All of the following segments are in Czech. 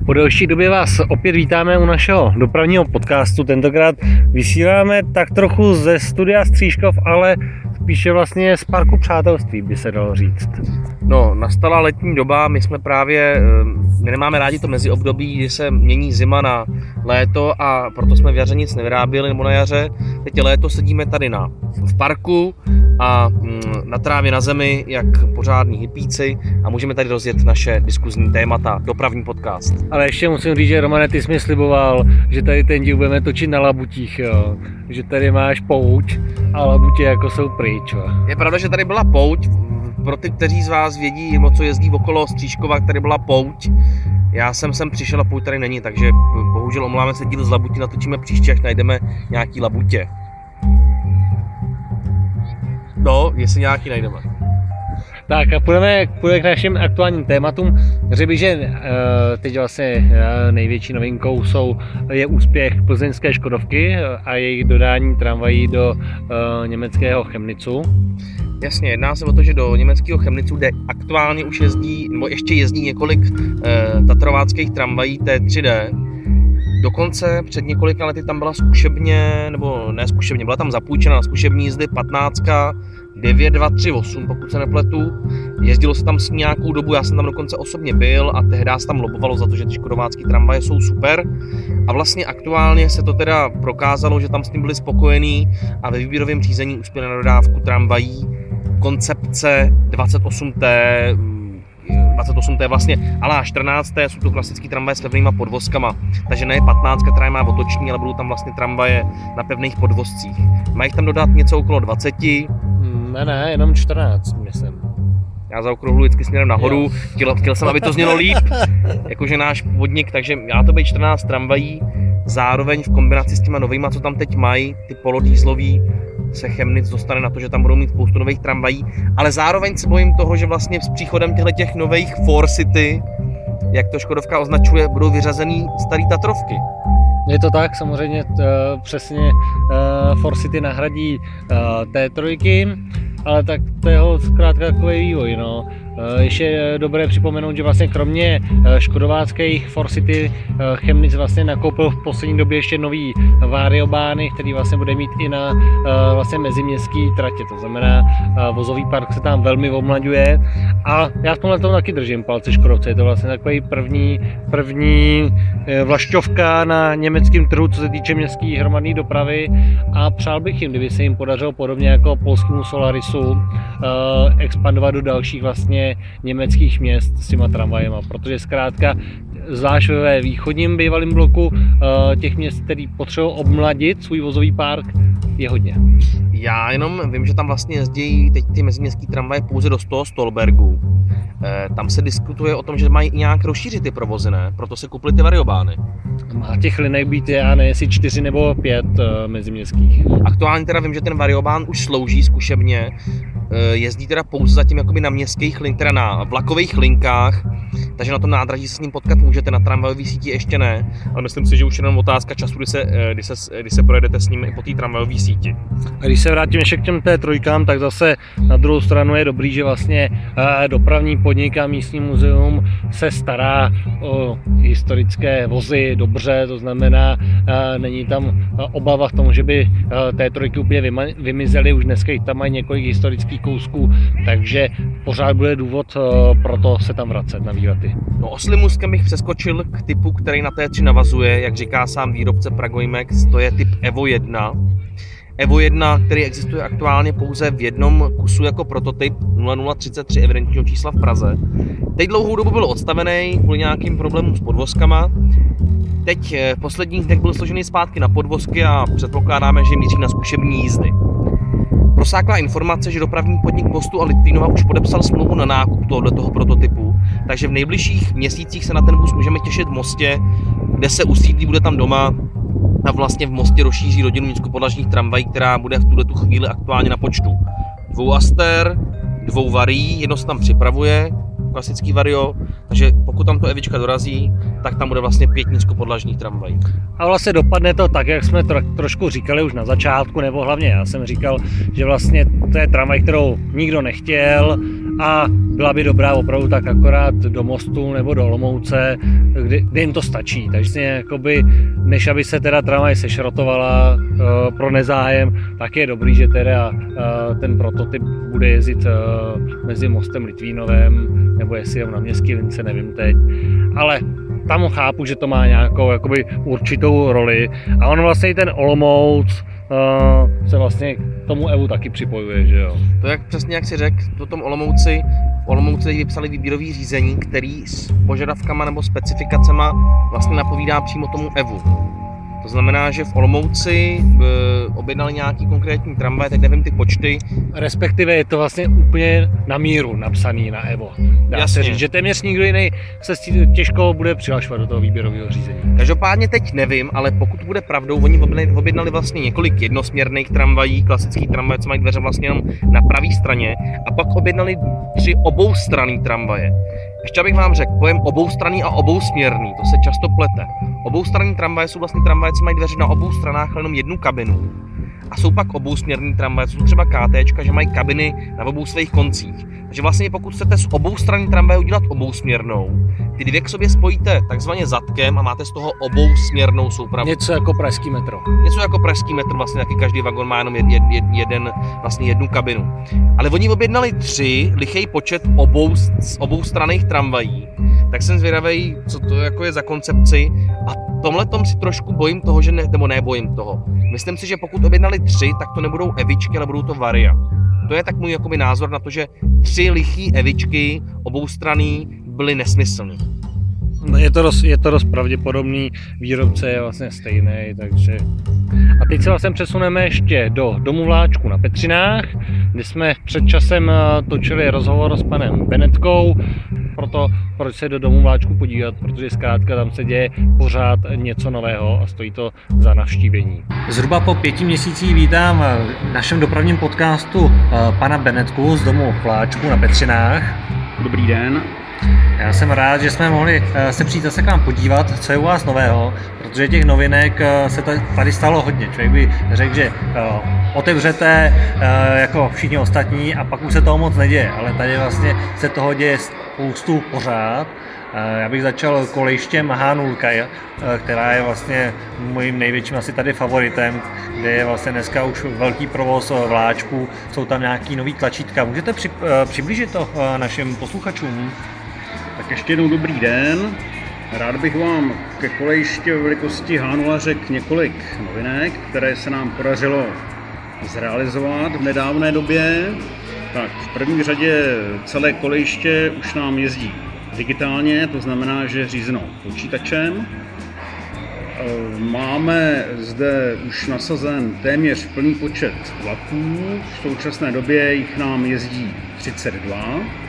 Po delší době vás opět vítáme u našeho dopravního podcastu. Tentokrát vysíláme tak trochu ze studia Stříškov, ale spíše vlastně z parku Přátelství, by se dalo říct. No, nastala letní doba, my nemáme rádi to meziobdobí, kdy se mění zima na léto a proto jsme v jaře nic nevyráběli, nebo na jaře. Teď je léto, sedíme tady v parku a na trávě na zemi, jak pořádní hippíci a můžeme tady rozjet naše diskuzní témata, dopravní podcast. Ale ještě musím říct, že Romane, ty jsi mi sliboval, že tady ten díl budeme točit na labutích, jo. Že tady máš pouť a labutě jako jsou pryč. Jo. Je pravda, že tady byla pouť. Pro ty, kteří z vás vědí, co jezdí okolo Stříškova, tady byla pouť. Já jsem sem přišel a pouť tady není, takže bohužel omlouváme se, díl z labutí natočíme příště, až najdeme nějaký labutě. No, jestli nějaký najdeme. Tak a půjdeme k našim aktuálním tématům. Řekl bych, že teď vlastně největší novinkou je úspěch plzeňské Škodovky a jejich dodání tramvají do německého Chemnicu. Jasně, jedná se o to, že do německého Chemnicu, kde aktuálně už jezdí, nebo ještě jezdí několik tatrováckých tramvají T3D. Dokonce před několika lety tam byla byla tam zapůjčena na zkušební jízdy 15 9238, pokud se nepletu. Jezdilo se tam s nějakou dobu, já jsem tam dokonce osobně byl a tehdy se tam lobovalo za to, že ty škodovácké tramvaje jsou super. A vlastně aktuálně se to teda prokázalo, že tam s tím byli spokojení a ve výběrovém řízení uspěli na dodávku tramvají koncepce 28T vlastně, ale 14T jsou to klasický tramvaje s pevnýma podvozkama, takže ne 15, která má otoční, ale budou tam vlastně tramvaje na pevných podvozcích. Mají tam dodat něco okolo 20. Ne, jenom 14, myslím. Já zaokrouhluji vždycky směrem nahoru, chtěl jsem, aby to znělo líp, jakože náš podnik, takže já to být 14 tramvají, zároveň v kombinaci s těma novýma, co tam teď mají, ty polodýzlový, se Chemnitz dostane na to, že tam budou mít spoustu nových tramvají, ale zároveň se bojím toho, že vlastně s příchodem těch nových Forcity, jak to Škodovka označuje, budou vyřazený starý Tatrovky. Je to tak, samozřejmě přesně Forcity nahradí T3, ale tak to je zkrátka takový vývoj. No. Ještě je dobré připomenout, že vlastně kromě škodováckých Forcity Chemnitz vlastně nakoupil v poslední době ještě nový variobány, který vlastně bude mít i na vlastně meziměstský tratě. To znamená, vozový park se tam velmi omlaďuje a já v tomhle tomu taky držím palce Škodovce. Je to vlastně takový první vlašťovka na německém trhu, co se týče městské hromadné dopravy a přál bych jim, kdyby se jim podařilo podobně jako polskému Solarisu expandovat do dalších vlastně německých měst s těma tramvajema, protože zkrátka zvlášť ve východním bývalém bloku těch měst, který potřebují obmladit svůj vozový park, je hodně. Já jenom vím, že tam vlastně jezdí teď ty meziměstský tramvaje pouze do toho Stolbergu. Tam se diskutuje o tom, že mají i nějak rozšířit ty provozy, ne? Proto se koupily ty variobány. Má těch linek být, já ne, jestli 4 nebo 5 meziměstských. Aktuálně teda vím, že ten variobán už slouží zkušebně. Jezdí teda pouze zatím jakoby na městských linkách, teda na vlakových linkách, takže na tom nádraží se s ním potkat můžete, na tramvajové síti ještě ne, ale myslím si, že už jenom otázka času, kdy se projedete s ním i po té tramvajové síti. A když se vrátím ještě k těm T3, tak zase na druhou stranu je dobrý, že vlastně dopravní podnik a místní muzeum se stará o historické vozy dobře, to znamená, není tam obava v tom, že by T3 úplně vymizely, už dneska jich tam mají několik historických kousků, takže pořád bude důvod pro to se tam vracet na výlety. No, oslím můstkem bych přeskočil k typu, který na T3 navazuje, jak říká sám výrobce Pragoimex, to je typ Evo 1. Evo 1, který existuje aktuálně pouze v jednom kusu jako prototyp 0033 evidentního čísla v Praze. Teď dlouhou dobu byl odstavený kvůli nějakým problémům s podvozkama. Teď v posledních dnech byl složený zpátky na podvozky a předpokládáme, že míří na zkušební jízdy. Prosákla informace, že dopravní podnik Mostu a Litvínova už podepsal smlouvu na nákup tohoto prototypu, takže v nejbližších měsících se na ten vůz můžeme těšit v Mostě, kde se usídlí, bude tam doma a vlastně v Mostě rozšíří rodinu nízkopodlažních tramvají, která bude v tuto chvíli aktuálně na počtu 2 aster, 2 varií, jedno se tam připravuje, klasický vario, takže pokud tam to Evička dorazí, tak tam bude vlastně 5 nízkopodlažních tramvají. A vlastně dopadne to tak, jak jsme trošku říkali už na začátku, nebo hlavně já jsem říkal, že vlastně to je tramvaj, kterou nikdo nechtěl a byla by dobrá opravdu tak akorát do Mostu nebo do Olomouce, kde jim to stačí. Takže jakoby, než aby se teda tramvaj sešrotovala pro nezájem, tak je dobrý, že teda ten prototyp bude jezdit mezi Mostem Litvínovem, nebo jestli jen na Městské lince, nevím teď. Ale tam chápu, že to má nějakou jakoby určitou roli. A on vlastně i ten Olomouc se vlastně k tomu EVU taky připojuje, že jo. To jak přesně jak si řekl, v tom Olomouci vypsali výběrový řízení, který s požadavkama nebo specifikacema vlastně napovídá přímo tomu EVU. To znamená, že v Olomouci objednali nějaký konkrétní tramvaj, teď nevím ty počty. Respektive je to vlastně úplně na míru napsaný na EVO. Dá se říct, že téměř nikdo jiný se těžko bude přihlašovat do toho výběrového řízení. Každopádně teď nevím, ale pokud bude pravdou, oni objednali vlastně několik jednosměrných tramvají, klasický tramvaj, co mají dveře vlastně jenom na pravé straně, a pak objednali 3 oboustranný tramvaje. Ještě abych vám řekl, pojem oboustranný a obousměrný, to se často plete. Oboustranný tramvaje jsou vlastně tramvaje, co mají dveře na obou stranách, ale jenom jednu kabinu. A jsou pak obousměrný tramvaje, jsou třeba KTčka, že mají kabiny na obou svých koncích. Takže vlastně pokud chcete z oboustranný tramvaje udělat obousměrnou, ty dvě k sobě spojíte takzvaně zadkem a máte z toho obousměrnou soupravu. Něco jako pražský metro. Něco jako pražský metro, vlastně taky každý vagon má jenom jednu kabinu. Ale oni objednali 3 lichý počet oboustranných tramvají, tak jsem zvědavý, co to jako je za koncepci, a tomhletom si trošku bojím toho, že nebojím toho. Myslím si, že pokud objednali 3, tak to nebudou evičky, ale budou to varia. To je tak můj jakoby názor na to, že 3 lichý evičky oboustranný byly nesmyslný. Je to dost pravděpodobný, výrobce je vlastně stejný, takže... A teď se vlastně přesuneme ještě do Domu vláčku na Petřinách, kde jsme před časem točili rozhovor s panem Benetkou, proč se do Domu vláčku podívat, protože zkrátka tam se děje pořád něco nového a stojí to za navštívení. Zhruba po 5 měsících vítám v našem dopravním podcastu pana Benetku z Domu vláčku na Petřinách. Dobrý den. Já jsem rád, že jsme mohli se přijít zase k vám podívat, co je u vás nového, protože těch novinek se tady stalo hodně. Člověk by řekl, že otevřete jako všichni ostatní a pak už se toho moc neděje, ale tady vlastně se toho děje spoustu pořád. Já bych začal kolejištěm H0, která je vlastně mojím největším asi tady favoritem, kde je vlastně dneska už velký provoz vláčků, jsou tam nějaký nový tlačítka. Můžete přiblížit to našim posluchačům? Tak ještě jednou dobrý den. Rád bych vám ke kolejišti velikosti H0 řekl několik novinek, které se nám podařilo zrealizovat v nedávné době. Tak v první řadě celé kolejiště už nám jezdí digitálně, to znamená, že řízeno počítačem. Máme zde už nasazen téměř plný počet vlaků, v současné době jich nám jezdí 32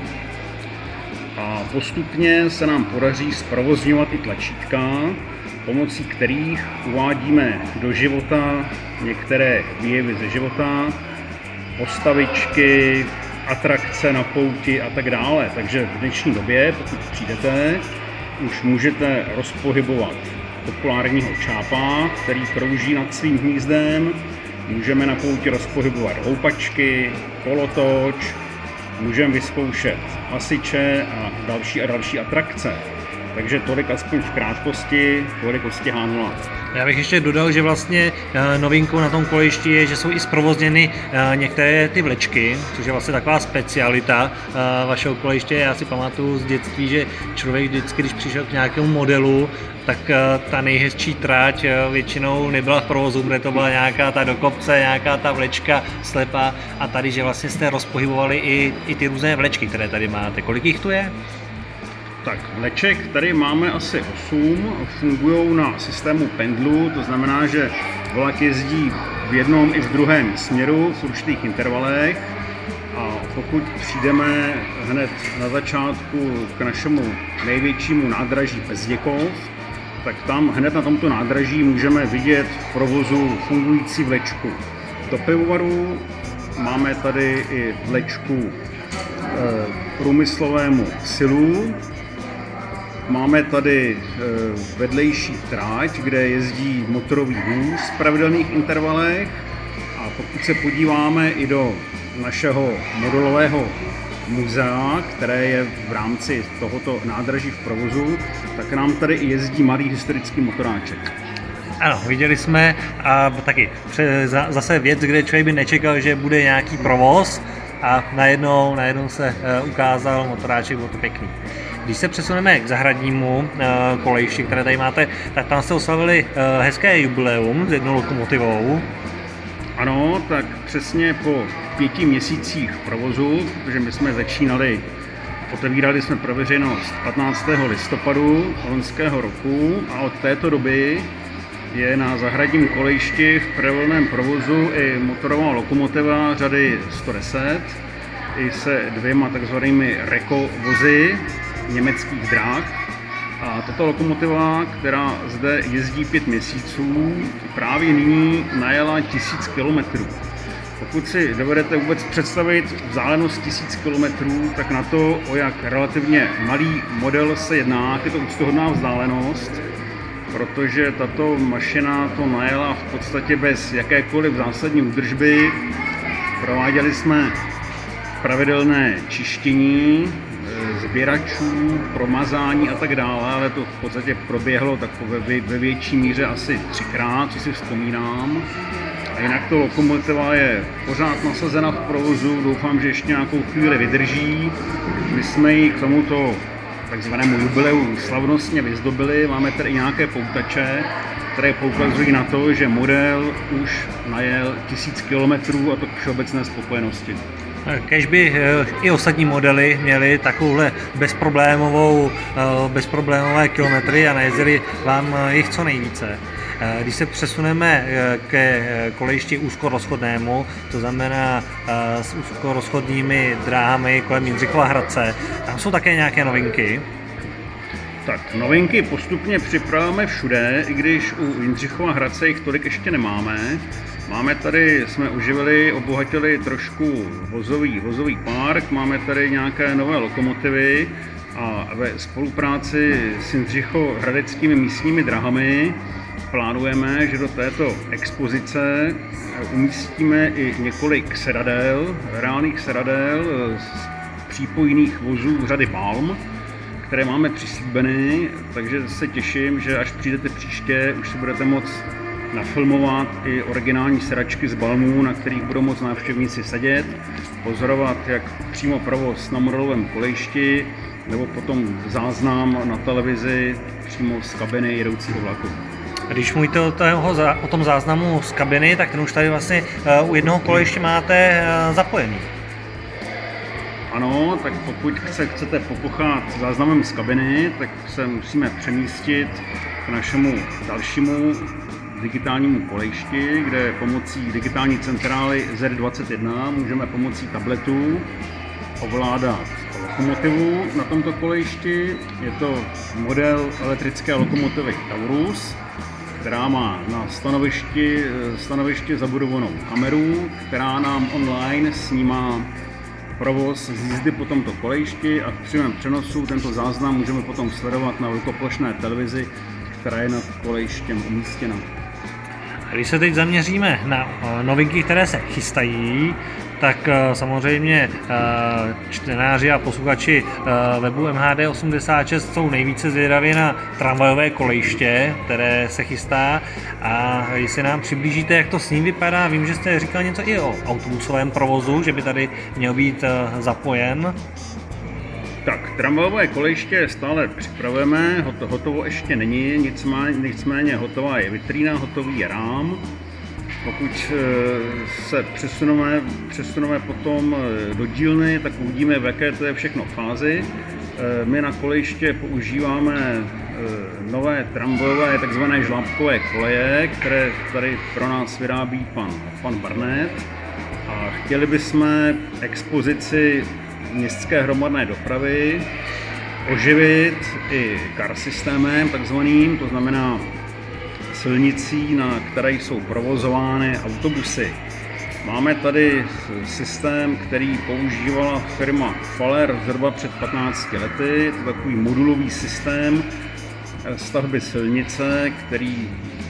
a postupně se nám podaří zprovozňovat i tlačítka, pomocí kterých uvádíme do života některé výjevy ze života, postavičky, atrakce na pouti a tak dále. Takže v dnešní době, pokud přijdete, už můžete rozpohybovat populárního čápa, který krouží nad svým hnízdem. Můžeme na pouti rozpohybovat houpačky, kolotoč, můžeme vyzkoušet hasiče a další atrakce. Takže tolik aspoň v krátkosti velikosti H0. Já bych ještě dodal, že vlastně novinkou na tom kolejišti je, že jsou i zprovozněny některé ty vlečky, což je vlastně taková specialita vašeho kolejiště. Já si pamatuju z dětství, že člověk vždycky, když přišel k nějakému modelu, tak ta nejhezčí trať většinou nebyla v provozu, protože to byla nějaká ta do kopce, nějaká ta vlečka slepá, a tady, že vlastně jste rozpohybovali i ty různé vlečky, které tady máte. Kolik jich tu je? Tak vleček tady máme asi 8, fungují na systému pendlu, to znamená, že vlak jezdí v jednom i v druhém směru v určitých intervalech, a pokud přijdeme hned na začátku k našemu největšímu nádraží Bezděkov, tak tam hned na tomto nádraží můžeme vidět v provozu fungující vlečku. Do pivovaru máme tady i vlečku průmyslovému silu. Máme tady vedlejší tráť, kde jezdí motorový vůz v pravidelných intervalech, a pokud se podíváme i do našeho modulového muzea, které je v rámci tohoto nádraží v provozu, tak nám tady i jezdí malý historický motoráček. Ano, viděli jsme a taky zase věc, kde člověk by nečekal, že bude nějaký provoz a najednou se ukázal motoráček, bylo to pěkný. Když se přesuneme k zahradnímu kolejišti, které tady máte, tak tam jste oslavili hezké jubileum s jednou lokomotivou. Ano, tak přesně po 5 měsících v provozu, protože my jsme otevírali jsme pro veřejnost 15. listopadu loňského roku a od této doby je na zahradním kolejišti v pravidelném provozu i motorová lokomotiva řady 110 i se 2 takzvanými Reko vozy německých drah. A tato lokomotiva, která zde jezdí 5 měsíců, právě nyní najela 1000 kilometrů. Pokud si dovedete vůbec představit vzdálenost 1000 kilometrů, tak na to, o jak relativně malý model se jedná, je to úctyhodná vzdálenost, protože tato mašina to najela v podstatě bez jakékoliv zásadní údržby. Prováděli jsme pravidelné čištění sběračů, promazání a tak dále, ale to v podstatě proběhlo ve větší míře asi 3krát, co si vzpomínám. A jinak to lokomotiva je pořád nasazena v provozu, doufám, že ještě nějakou chvíli vydrží. My jsme ji k tomuto takzvanému jubileu slavnostně vyzdobili, máme tady nějaké poutače, které poukazují na to, že model už najel 1000 kilometrů a to k všeobecné spokojenosti. Kéž by i ostatní modely měly takovouhle bezproblémové kilometry a najezdili vám jich co nejvíce. Když se přesuneme ke kolejišti úzkorozchodnému, to znamená s úzkorozchodnými dráhami kolem Jindřichova Hradce, tam jsou také nějaké novinky. Tak novinky postupně připravujeme všude, i když u Jindřichova Hradce jich tolik ještě nemáme. Máme tady, jsme obohatili trošku vozový park, máme tady nějaké nové lokomotivy a ve spolupráci s jindřichohradeckými místními drahami plánujeme, že do této expozice umístíme i několik reálných sedadel z přípojných vozů řady Balm, které máme přislíbeny, takže se těším, že až přijdete příště, už si budete moct nafilmovat i originální sedačky z Balmů, na kterých budou moct návštěvníci sedět, pozorovat jak přímo provoz na modelovém kolejišti, nebo potom záznam na televizi přímo z kabiny jedoucího vlaku. Když mluvíte o tom záznamu z kabiny, tak ten už tady vlastně u jednoho kolejiště máte zapojený. Ano, tak pokud chcete popochat záznamem z kabiny, tak se musíme přemístit k našemu dalšímu digitálnímu kolejišti, kde pomocí digitální centrály Z21 můžeme pomocí tabletu ovládat lokomotivu na tomto kolejišti. Je to model elektrické lokomotivy Taurus, která má na stanovišti zabudovanou kameru, která nám online snímá provoz z jízdy po tomto kolejišti a v přímém přenosu tento záznam můžeme potom sledovat na velkoplošné televizi, která je nad kolejištěm umístěna. Když se teď zaměříme na novinky, které se chystají, tak samozřejmě čtenáři a posluchači webu MHD86 jsou nejvíce zvědaví na tramvajové kolejiště, které se chystá, a jestli nám přiblížíte, jak to s ním vypadá. Vím, že jste říkal něco i o autobusovém provozu, že by tady měl být zapojen. Tak, tramvajové kolejiště stále připravujeme, hotovo ještě není, nicméně hotová je vitrína, hotový je rám. Pokud se přesuneme potom do dílny, tak uvidíme, v jaké to je všechno fázi. My na kolejiště používáme nové tramvajové takzvané žlábkové koleje, které tady pro nás vyrábí pan Barnett. A chtěli bychom expozici městské hromadné dopravy oživit i car systémem takzvaným, to znamená silnicí, na které jsou provozovány autobusy. Máme tady systém, který používala firma Faller zhruba před 15 lety. To je takový modulový systém stavby silnice, který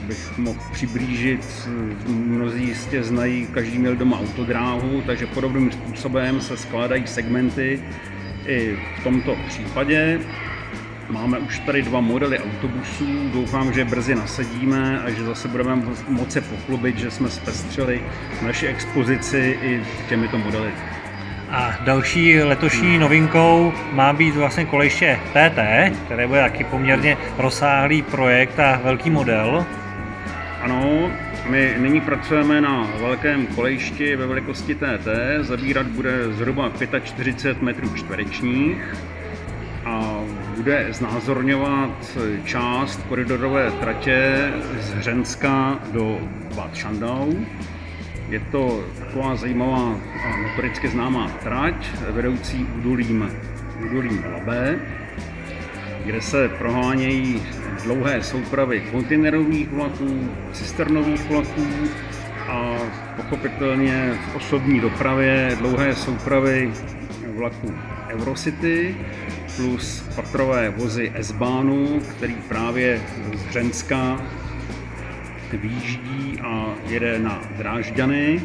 bych mohl přiblížit, mnozí jistě znají, každý měl doma autodráhu, takže podobným způsobem se skládají segmenty i v tomto případě. Máme už tady 2 modely autobusů, doufám, že brzy nasadíme a že zase budeme moci pochlubit, že jsme zpestřili naši expozici i těmito modely. A další letošní novinkou má být vlastně kolejiště TT, které bude taky poměrně rozsáhlý projekt a velký model. Ano, my nyní pracujeme na velkém kolejišti ve velikosti TT, zabírat bude zhruba 45 metrů čtverečních a bude znázorňovat část koridorové tratě z Hřenska do Bad Schandau. Je to taková zajímavá a notoricky známá trať vedoucí údolím Labe, kde se prohánějí dlouhé soupravy kontejnerových vlaků, cisternových vlaků a pochopitelně v osobní dopravě dlouhé soupravy vlaků Eurocity plus patrové vozy S-Bahnu, který právě z Hřenska vyjíždí a jede na Drážďany.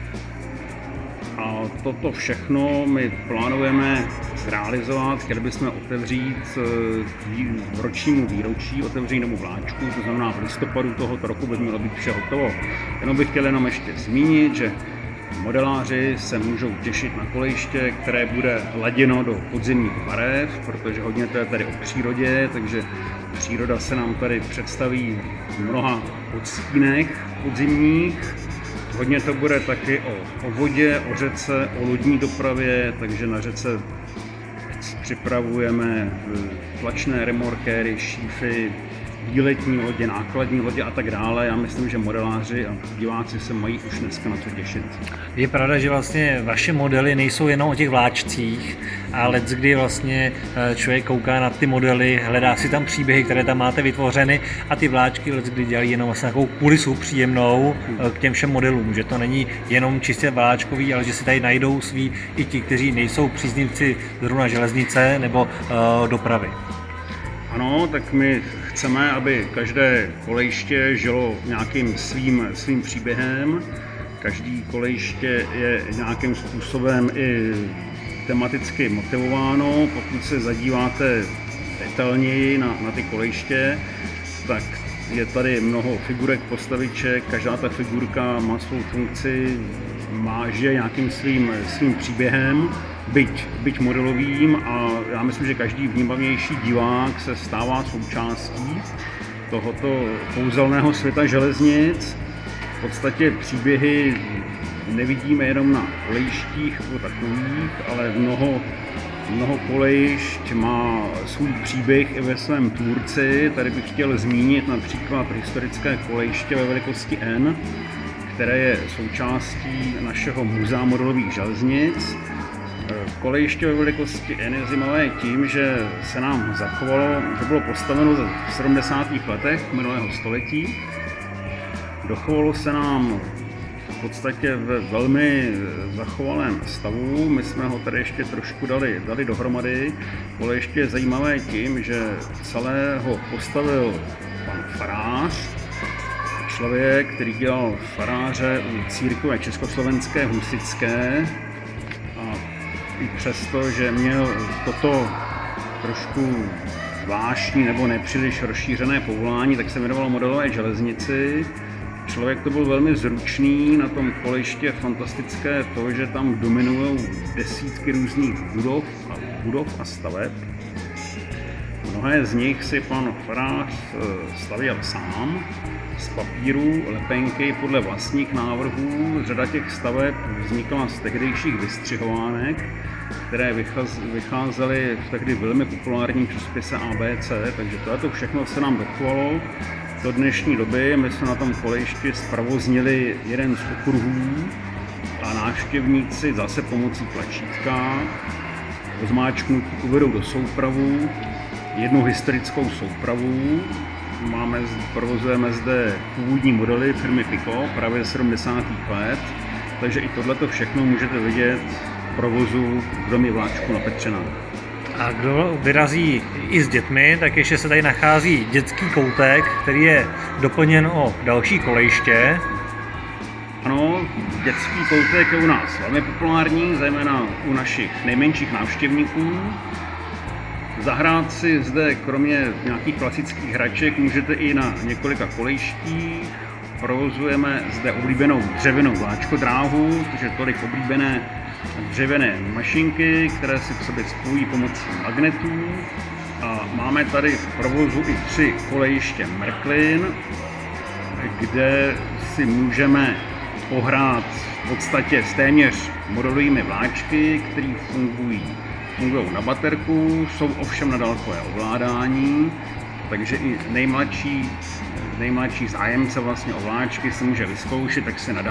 A toto všechno my plánujeme zrealizovat. Chtěli bychom otevřít v ročnímu výročí otevření vláčku, to znamená v listopadu tohoto roku by mělo být vše hotovo. Jenom bych chtěl ještě zmínit, že modeláři se můžou těšit na kolejiště, které bude laděno do podzimních barev, protože hodně to je tady o přírodě, takže příroda se nám tady představí v mnoha odstínech podzimních. Hodně to bude taky o vodě, o řece, o lodní dopravě, takže na řece připravujeme tlačné remorkéry, šífy, výletní lodě, nákladní lodě a tak dále. Já myslím, že modeláři a diváci se mají už dneska na co těšit. Je pravda, že vlastně vaše modely nejsou jenom o těch vláčcích, ale kdy vlastně člověk kouká na ty modely, hledá si tam příběhy, které tam máte vytvořeny a ty vláčky kdy dělají jenom vlastně takovou kulisu příjemnou k těm všem modelům, že to není jenom čistě vláčkový, ale že si tady najdou svý i ti, kteří nejsou příznivci zrovna železnice nebo dopravy. Ano, tak my chceme, aby každé kolejiště žilo nějakým svým příběhem. Každý kolejiště je nějakým způsobem i tematicky motivováno. Pokud se zadíváte detailněji na ty kolejiště, tak je tady mnoho figurek, postaviček, každá ta figurka má svou funkci, žije nějakým svým příběhem, byť modelovým, a já myslím, že každý vnímavější divák se stává součástí tohoto kouzelného světa železnic. V podstatě příběhy nevidíme jenom na kolejištích jako takových, ale mnoho kolejišť má svůj příběh i ve svém tvůrci. Tady bych chtěl zmínit například historické kolejiště ve velikosti N, které je součástí našeho muzea modelových železnic. Kolejiště ve velikosti N je zajímavé tím, že se nám zachovalo, že bylo postaveno v 70. letech minulého století. Dochovalo se nám v podstatě ve velmi zachovalém stavu. My jsme ho tady ještě trošku dali dohromady. Kolejiště je zajímavé tím, že celého postavil pan farář, člověk, který dělal faráře u církve československé husitské, a i přesto, že měl toto trošku zvláštní nebo nepříliš rozšířené povolání, tak se věnoval modelové železnici. Člověk to byl velmi zručný, na tom kolejišti je fantastické to, že tam dominují desítky různých budov a staveb. Mnohé z nich si pan farář stavěl sám z papíru, lepenky podle vlastních návrhů. Řada těch staveb vznikla z tehdejších vystřihovánek, které vycházely v tehdy velmi populárním časopise ABC, takže to všechno se nám dochovalo do dnešní doby. My jsme na tom kolejišti zprovoznili jeden z okruhů a návštěvníci zase pomocí tlačítka rozmáčknutí uvedou do soupravu jednu historickou soupravu. Provozujeme zde původní modely firmy Pico právě z 70. let, takže i tohleto všechno můžete vidět v provozu v domě vláčku na Petřinách. A kdo vyrazí i s dětmi, tak ještě se tady nachází dětský koutek, který je doplněn o další kolejiště. Ano, dětský koutek je u nás velmi populární, zejména u našich nejmenších návštěvníků. Zahrát si zde kromě nějakých klasických hraček můžete i na několika kolejištích. Provozujeme zde oblíbenou dřevěnou vláčkodráhu, což je tolik oblíbené dřevěné mašinky, které si v sobě spojí pomocí magnetů. A máme tady v provozu i 3 kolejiště Märklin, kde si můžeme pohrát v podstatě s téměř modelovými vláčky, které fungují na baterku, jsou ovšem na dálkové ovládání, takže i nejmladší zájemce vlastně o vláčky se může vyzkoušet, tak se na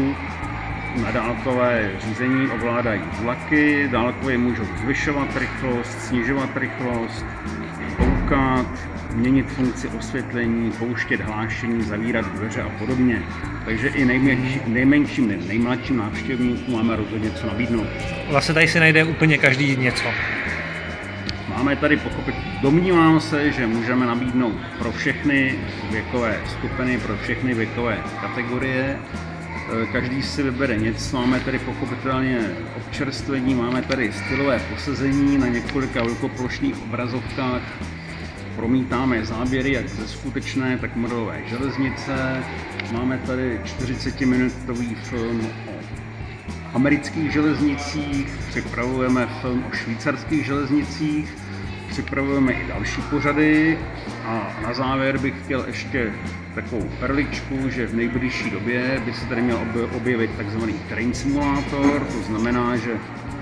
dálkové řízení ovládají vlaky, dálkově můžou zvyšovat rychlost, snižovat rychlost, koukat, měnit funkci osvětlení, pouštět hlášení, zavírat dveře a podobně. Takže i nejmladším návštěvníkům máme rozhodně co nabídnout. Vlastně tady si najde úplně každý něco. Máme tady domnívám se, že můžeme nabídnout pro všechny věkové skupiny, pro všechny věkové kategorie. Každý si vybere něco, máme tady pochopitelně občerstvení, máme tady stylové posezení na několika velkoplošných obrazovkách. Promítáme záběry jak ze skutečné, tak modelové železnice. Máme tady 40-minutový film o amerických železnicích, připravujeme film o švýcarských železnicích, připravujeme i další pořady a na závěr bych chtěl ještě takovou perličku, že v nejbližší době by se tady měl objevit takzvaný train simulátor, to znamená, že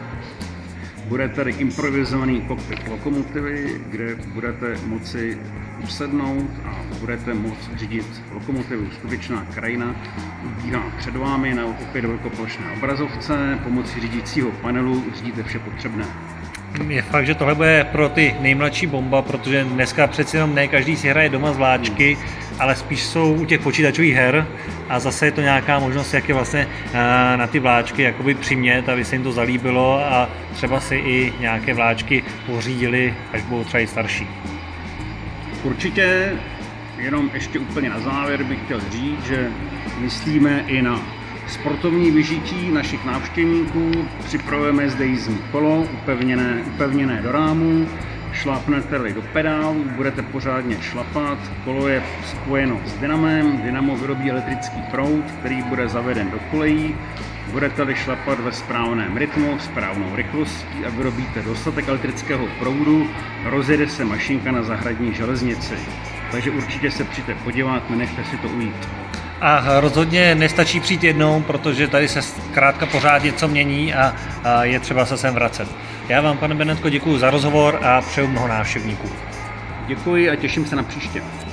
bude tady improvizovaný kokpit lokomotivy, kde budete moci usednout a budete moct řídit lokomotivu. Skutečná krajina ubíhá před vámi na opět velkoplošné obrazovce, pomocí řídícího panelu řídíte vše potřebné. Je fakt, že tohle bude pro ty nejmladší bomba, protože dneska přeci jenom ne každý si hraje doma z vláčky, ale spíš jsou u těch počítačových her a zase je to nějaká možnost, jak je vlastně na ty vláčky jakoby přimět, aby se jim to zalíbilo a třeba si i nějaké vláčky pořídili, až budou třeba i starší. Určitě, jenom ještě úplně na závěr bych chtěl říct, že myslíme i na sportovní vyžití našich návštěvníků, připravujeme zde jízdní kolo, upevněné do rámu, šlápnete-li do pedálu, budete pořádně šlapat, kolo je spojeno s dynamem, dynamo vyrobí elektrický proud, který bude zaveden do kolejí, budete-li šlapat ve správném rytmu, správnou rychlostí a vyrobíte dostatek elektrického proudu, rozjede se mašinka na zahradní železnici. Takže určitě se přijďte podívat, nenechte si to ujít. A rozhodně nestačí přijít jednou, protože tady se zkrátka pořád něco mění a je třeba se sem vracet. Já vám, pane Benetko, děkuji za rozhovor a přeju mnoho návštěvníků. Děkuji a těším se na příště.